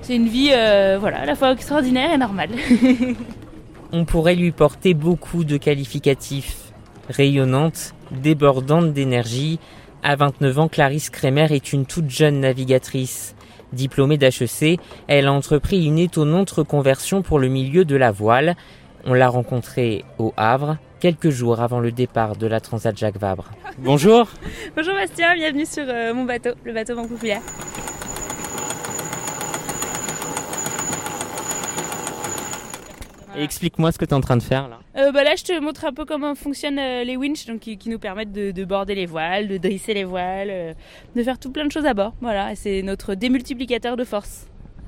C'est une vie à la fois extraordinaire et normale. On pourrait lui porter beaucoup de qualificatifs. Rayonnante, débordante d'énergie, à 29 ans, Clarisse Kremer est une toute jeune navigatrice. Diplômée d'HEC, elle a entrepris une étonnante reconversion pour le milieu de la voile. On l'a rencontrée au Havre, quelques jours avant le départ de la Transat Jacques Vabre. Bonjour. Bonjour Bastien, bienvenue sur mon bateau, le bateau Banque Populaire. Et explique-moi ce que tu es en train de faire là. Là, je te montre un peu comment fonctionnent les winches, donc qui nous permettent de border les voiles, de drisser les voiles, de faire tout plein de choses à bord. Voilà, c'est notre démultiplicateur de force.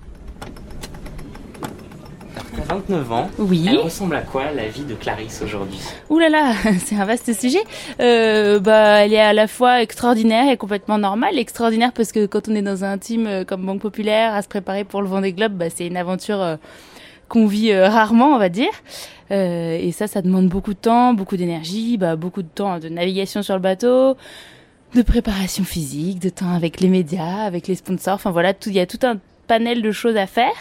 Tu as 29 ans. Oui. Elle ressemble à quoi la vie de Clarisse aujourd'hui ? Ouh là là, c'est un vaste sujet. Elle est à la fois extraordinaire et complètement normale. Extraordinaire parce que quand on est dans un team comme Banque Populaire, à se préparer pour le Vendée Globe, c'est une aventure qu'on vit rarement, on va dire. Et ça demande beaucoup de temps, beaucoup d'énergie, beaucoup de temps de navigation sur le bateau, de préparation physique, de temps avec les médias, avec les sponsors. Enfin voilà, il y a tout un panel de choses à faire.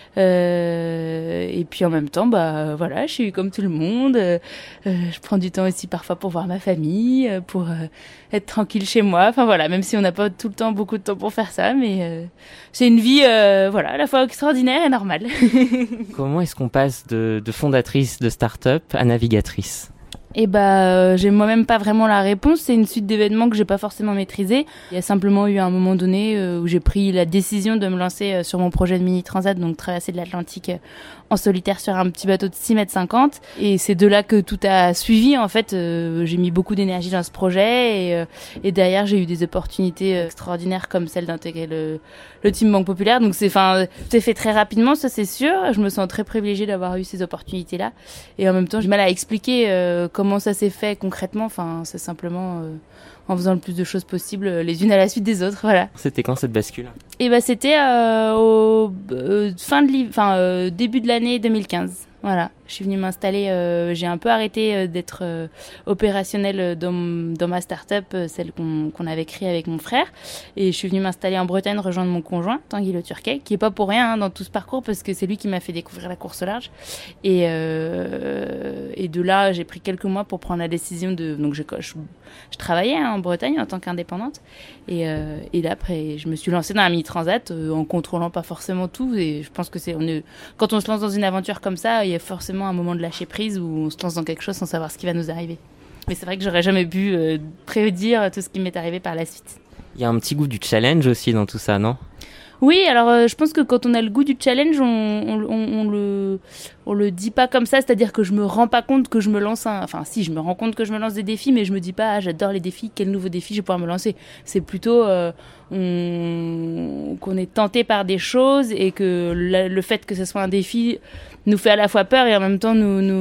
Et puis en même temps, je suis comme tout le monde. Je prends du temps aussi parfois pour voir ma famille, pour être tranquille chez moi. Enfin voilà, même si on n'a pas tout le temps beaucoup de temps pour faire ça, mais c'est une vie à la fois extraordinaire et normale. Comment est-ce qu'on passe de fondatrice de start-up à navigatrice ? J'ai moi-même pas vraiment la réponse. C'est une suite d'événements que j'ai pas forcément maîtrisé. Il y a simplement eu un moment donné où j'ai pris la décision de me lancer sur mon projet de mini transat, donc traverser de l'Atlantique en solitaire sur un petit bateau de 6,50 m. Et c'est de là que tout a suivi. En fait, j'ai mis beaucoup d'énergie dans ce projet et derrière j'ai eu des opportunités extraordinaires comme celle d'intégrer le team Banque Populaire. Donc c'est fait très rapidement, ça c'est sûr. Je me sens très privilégiée d'avoir eu ces opportunités-là. Et en même temps, j'ai mal à expliquer comment ça s'est fait concrètement. Enfin, c'est simplement en faisant le plus de choses possible les unes à la suite des autres. Voilà. C'était quand cette bascule ? C'était au début de l'année 2015. Voilà, je suis venue m'installer, j'ai un peu arrêté d'être opérationnelle dans ma start-up, celle qu'on avait créée avec mon frère, et je suis venue m'installer en Bretagne, rejoindre mon conjoint, Tanguy Le Turquet, qui est pas pour rien dans tout ce parcours, parce que c'est lui qui m'a fait découvrir la course au large. Et de là, j'ai pris quelques mois pour prendre la décision donc je travaillais en Bretagne en tant qu'indépendante, et là après, je me suis lancée dans la mini transat en contrôlant pas forcément tout, et je pense que quand on se lance dans une aventure comme ça, il y a forcément un moment de lâcher prise où on se lance dans quelque chose sans savoir ce qui va nous arriver. Mais c'est vrai que j'aurais jamais pu prédire tout ce qui m'est arrivé par la suite. Il y a un petit goût du challenge aussi dans tout ça, non ? Oui, alors je pense que quand on a le goût du challenge, on le dit pas comme ça, c'est-à-dire que je me rends pas compte que je me lance je me rends compte que je me lance des défis, mais je me dis pas j'adore les défis, quel nouveau défi je vais pouvoir me lancer. C'est plutôt qu'on est tenté par des choses et que le fait que ce soit un défi nous fait à la fois peur et en même temps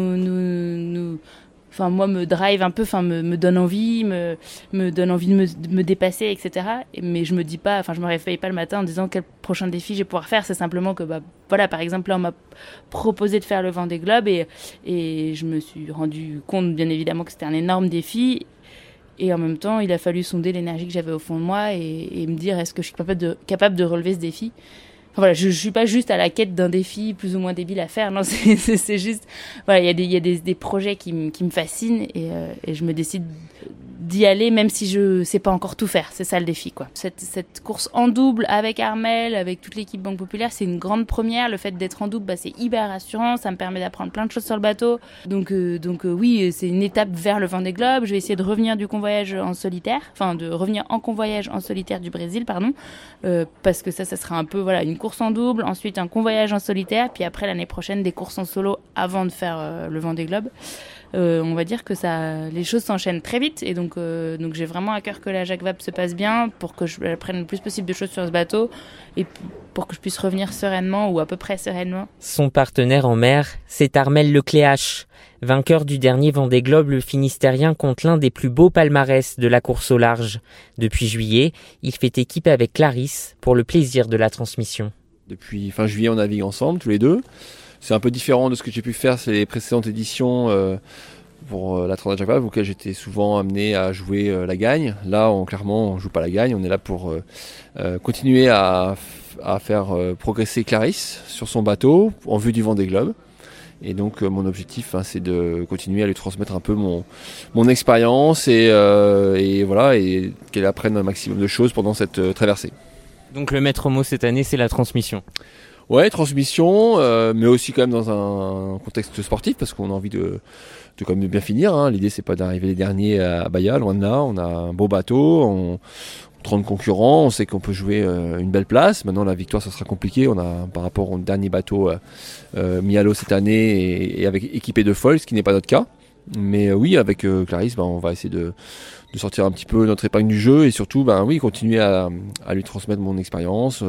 moi me drive un peu, me donne envie, me donne envie de me dépasser, etc. Mais je me dis pas, je me réveille pas le matin en disant quel prochain défi je vais pouvoir faire. C'est simplement que par exemple là on m'a proposé de faire le Vendée Globe et je me suis rendu compte bien évidemment que c'était un énorme défi. Et en même temps, il a fallu sonder l'énergie que j'avais au fond de moi et me dire est-ce que je suis capable de relever ce défi. Voilà, je suis pas juste à la quête d'un défi plus ou moins débile à faire. Non, c'est juste, il y a des projets qui me fascinent et je me décide d'y aller même si je sais pas encore tout faire. C'est ça le défi, quoi. Cette course en double avec Armelle, avec toute l'équipe Banque Populaire, c'est une grande première. Le fait d'être en double, c'est hyper rassurant. Ça me permet d'apprendre plein de choses sur le bateau. Donc oui, c'est une étape vers le Vendée Globe. Je vais essayer de revenir du convoyage en solitaire, de revenir en convoyage en solitaire du Brésil, parce que ça sera un peu une course en double, ensuite un convoyage en solitaire, puis après l'année prochaine des courses en solo avant de faire le Vendée Globe. On va dire que les choses s'enchaînent très vite et donc j'ai vraiment à cœur que la Jacques Vabre se passe bien pour que je prenne le plus possible de choses sur ce bateau et pour que je puisse revenir sereinement ou à peu près sereinement. Son partenaire en mer, c'est Armelle Lecléache. Vainqueur du dernier Vendée Globe, le Finistérien compte l'un des plus beaux palmarès de la course au large. Depuis juillet, il fait équipe avec Clarisse pour le plaisir de la transmission. Depuis fin juillet, on navigue ensemble, tous les deux. C'est un peu différent de ce que j'ai pu faire ces précédentes éditions pour la Transat Jacques Vabre, auquel j'étais souvent amené à jouer la gagne. Là, clairement, on joue pas la gagne. On est là pour continuer à faire progresser Clarisse sur son bateau en vue du Vendée Globe. Et donc mon objectif, c'est de continuer à lui transmettre un peu mon expérience et voilà, et qu'elle apprenne un maximum de choses pendant cette traversée. Donc le maître mot cette année, c'est la transmission. Ouais, transmission, mais aussi quand même dans un contexte sportif, parce qu'on a envie de quand même bien finir. L'idée, c'est pas d'arriver les derniers à Bahia, loin de là. On a un beau bateau, 30 concurrents, on sait qu'on peut jouer une belle place. Maintenant, la victoire, ça sera compliqué. On a, par rapport au dernier bateau mis à l'eau cette année et avec équipé de foils, ce qui n'est pas notre cas. Mais oui, avec Clarisse, on va essayer de sortir un petit peu notre épingle du jeu et surtout, continuer à lui transmettre mon expérience.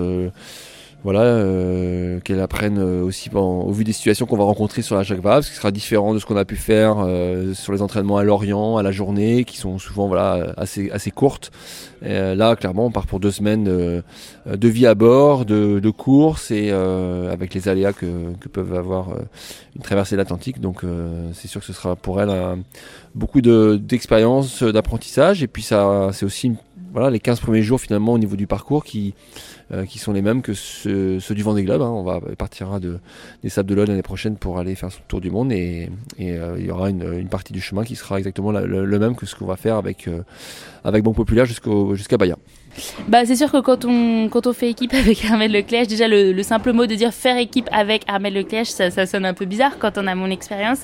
Qu'elle apprenne aussi au vu des situations qu'on va rencontrer sur la Jacques Vabre, ce qui sera différent de ce qu'on a pu faire sur les entraînements à Lorient, à la journée, qui sont souvent assez courtes. Là, clairement, on part pour 2 semaines de vie à bord, de course et avec les aléas que peuvent avoir une traversée de l'Atlantique. Donc, c'est sûr que ce sera pour elle beaucoup d'expérience, d'apprentissage. Et puis, ça, c'est aussi les 15 premiers jours finalement au niveau du parcours qui sont les mêmes que ceux du Vendée Globe. On partira des Sables d'Olonne l'année prochaine pour aller faire son tour du monde et il y aura une partie du chemin qui sera exactement le même que ce qu'on va faire avec Banque Populaire jusqu'à Bahia. C'est sûr que quand on fait équipe avec Armelle Lecléache, déjà le simple mot de dire faire équipe avec Armelle Lecléache, ça sonne un peu bizarre quand on a mon expérience.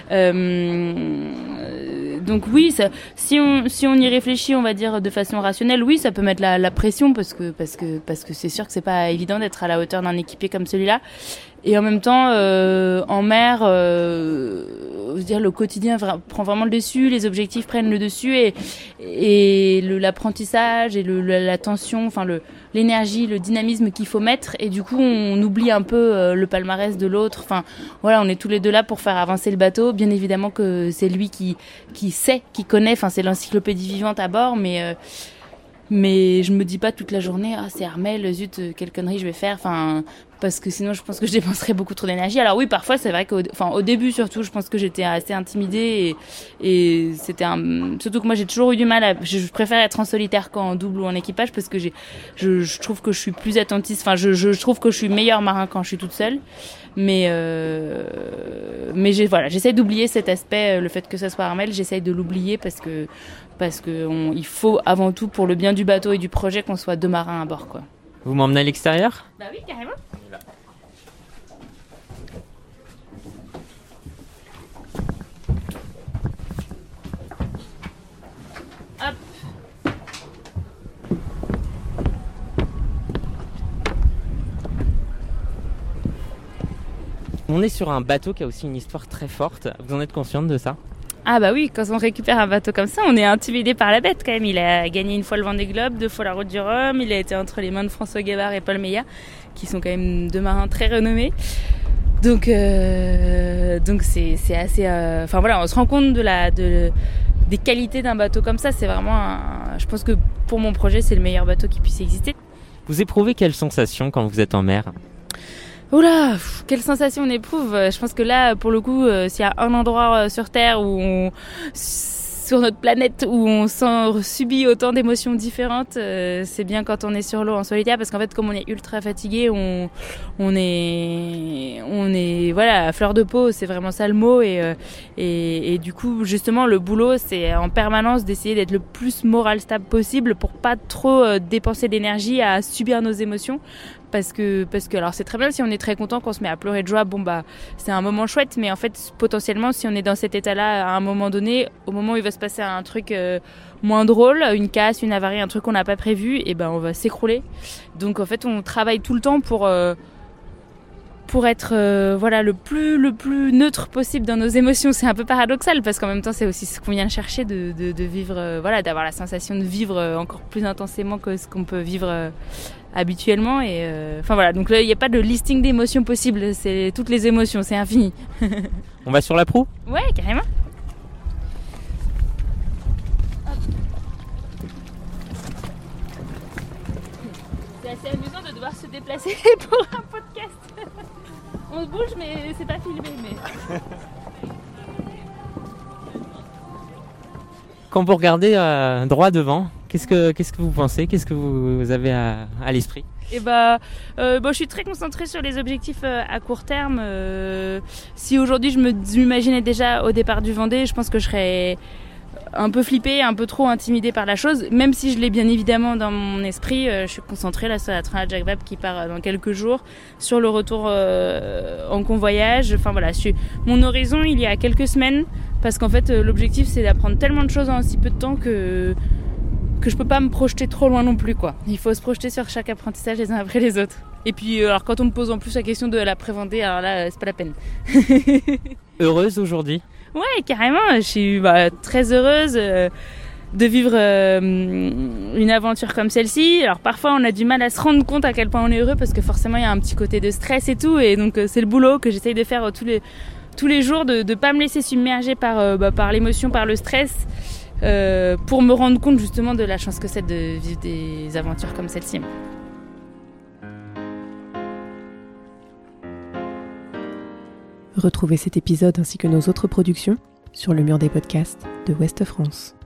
Donc oui, si on y réfléchit, on va dire de façon rationnelle, oui, ça peut mettre la pression parce que c'est sûr que c'est pas évident d'être à la hauteur d'un équipier comme celui-là. Et en même temps, en mer, je veux dire, le quotidien prend vraiment le dessus, les objectifs prennent le dessus et l'apprentissage et la tension, l'énergie, le dynamisme qu'il faut mettre. Et du coup, on oublie un peu le palmarès de l'autre. On est tous les deux là pour faire avancer le bateau. Bien évidemment que c'est lui qui sait, qui connaît. C'est l'encyclopédie vivante à bord, mais je me dis pas toute la journée, c'est Armelle, zut, quelle connerie je vais faire. Parce que sinon je pense que je dépenserais beaucoup trop d'énergie. Alors oui, parfois c'est vrai qu'au début surtout, je pense que j'étais assez intimidée et c'était surtout que moi j'ai toujours eu du mal je préfère être en solitaire qu'en double ou en équipage parce que je trouve que je suis plus attentiste. Je trouve que je suis meilleur marin quand je suis toute seule. Mais j'essaie d'oublier cet aspect, le fait que ça soit Armelle, j'essaie de l'oublier parce que il faut avant tout pour le bien du bateau et du projet qu'on soit 2 marins à bord, quoi. Vous m'emmenez à l'extérieur ? Bah oui, carrément. Hop. On est sur un bateau qui a aussi une histoire très forte. Vous en êtes consciente de ça ? Ah bah oui, quand on récupère un bateau comme ça, on est intimidé par la bête quand même. Il a gagné 1 fois le Vendée Globe, 2 fois la Route du Rhum. Il a été entre les mains de François Gabard et Paul Meillat, qui sont quand même 2 marins très renommés. Donc c'est assez... on se rend compte des qualités d'un bateau comme ça. C'est vraiment je pense que pour mon projet, c'est le meilleur bateau qui puisse exister. Vous éprouvez quelle sensation quand vous êtes en mer ? Oula, quelle sensation on éprouve. Je pense que là, pour le coup, s'il y a un endroit sur Terre sur notre planète où on subit autant d'émotions différentes, c'est bien quand on est sur l'eau en solitaire, parce qu'en fait, comme on est ultra fatigué, on est à fleur de peau, c'est vraiment ça le mot, et du coup, justement, le boulot, c'est en permanence d'essayer d'être le plus moral stable possible pour pas trop dépenser d'énergie à subir nos émotions. Parce que alors c'est très bien si on est très content qu'on se met à pleurer de joie, c'est un moment chouette, mais en fait potentiellement si on est dans cet état-là à un moment donné, au moment où il va se passer un truc moins drôle, une casse, une avarie, un truc qu'on n'a pas prévu, et on va s'écrouler. Donc en fait on travaille tout le temps pour être le plus neutre possible dans nos émotions. C'est un peu paradoxal parce qu'en même temps c'est aussi ce qu'on vient chercher de vivre, d'avoir la sensation de vivre encore plus intensément que ce qu'on peut vivre habituellement, et donc là il n'y a pas de listing d'émotions possibles, c'est toutes les émotions, c'est infini. On va sur la proue ? Ouais, carrément. C'est assez amusant de devoir se déplacer pour un podcast. On se bouge mais c'est pas filmé, mais Quand vous regardez droit devant, qu'est-ce que vous pensez? Qu'est-ce que vous avez à l'esprit? Et je suis très concentrée sur les objectifs à court terme. Si aujourd'hui je m'imaginais déjà au départ du Vendée, je pense que je serais un peu flippée, un peu trop intimidée par la chose, même si je l'ai bien évidemment dans mon esprit. Je suis concentrée là sur la Transat Jacques Vabre qui part dans quelques jours, sur le retour en convoyage. Enfin voilà, mon horizon il y a quelques semaines, parce qu'en fait l'objectif c'est d'apprendre tellement de choses en si peu de temps que je peux pas me projeter trop loin non plus, quoi. Il faut se projeter sur chaque apprentissage les uns après les autres. Et puis alors quand on me pose en plus la question de la Pré-Vendée, alors là c'est pas la peine. Heureuse aujourd'hui? Ouais, carrément, je suis très heureuse de vivre une aventure comme celle-ci. Alors parfois on a du mal à se rendre compte à quel point on est heureux, parce que forcément il y a un petit côté de stress et tout, et donc c'est le boulot que j'essaye de faire tous les jours, de pas me laisser submerger par l'émotion, par le stress, pour me rendre compte justement de la chance que c'est de vivre des aventures comme celle-ci. Retrouvez cet épisode ainsi que nos autres productions sur le mur des podcasts de Ouest France.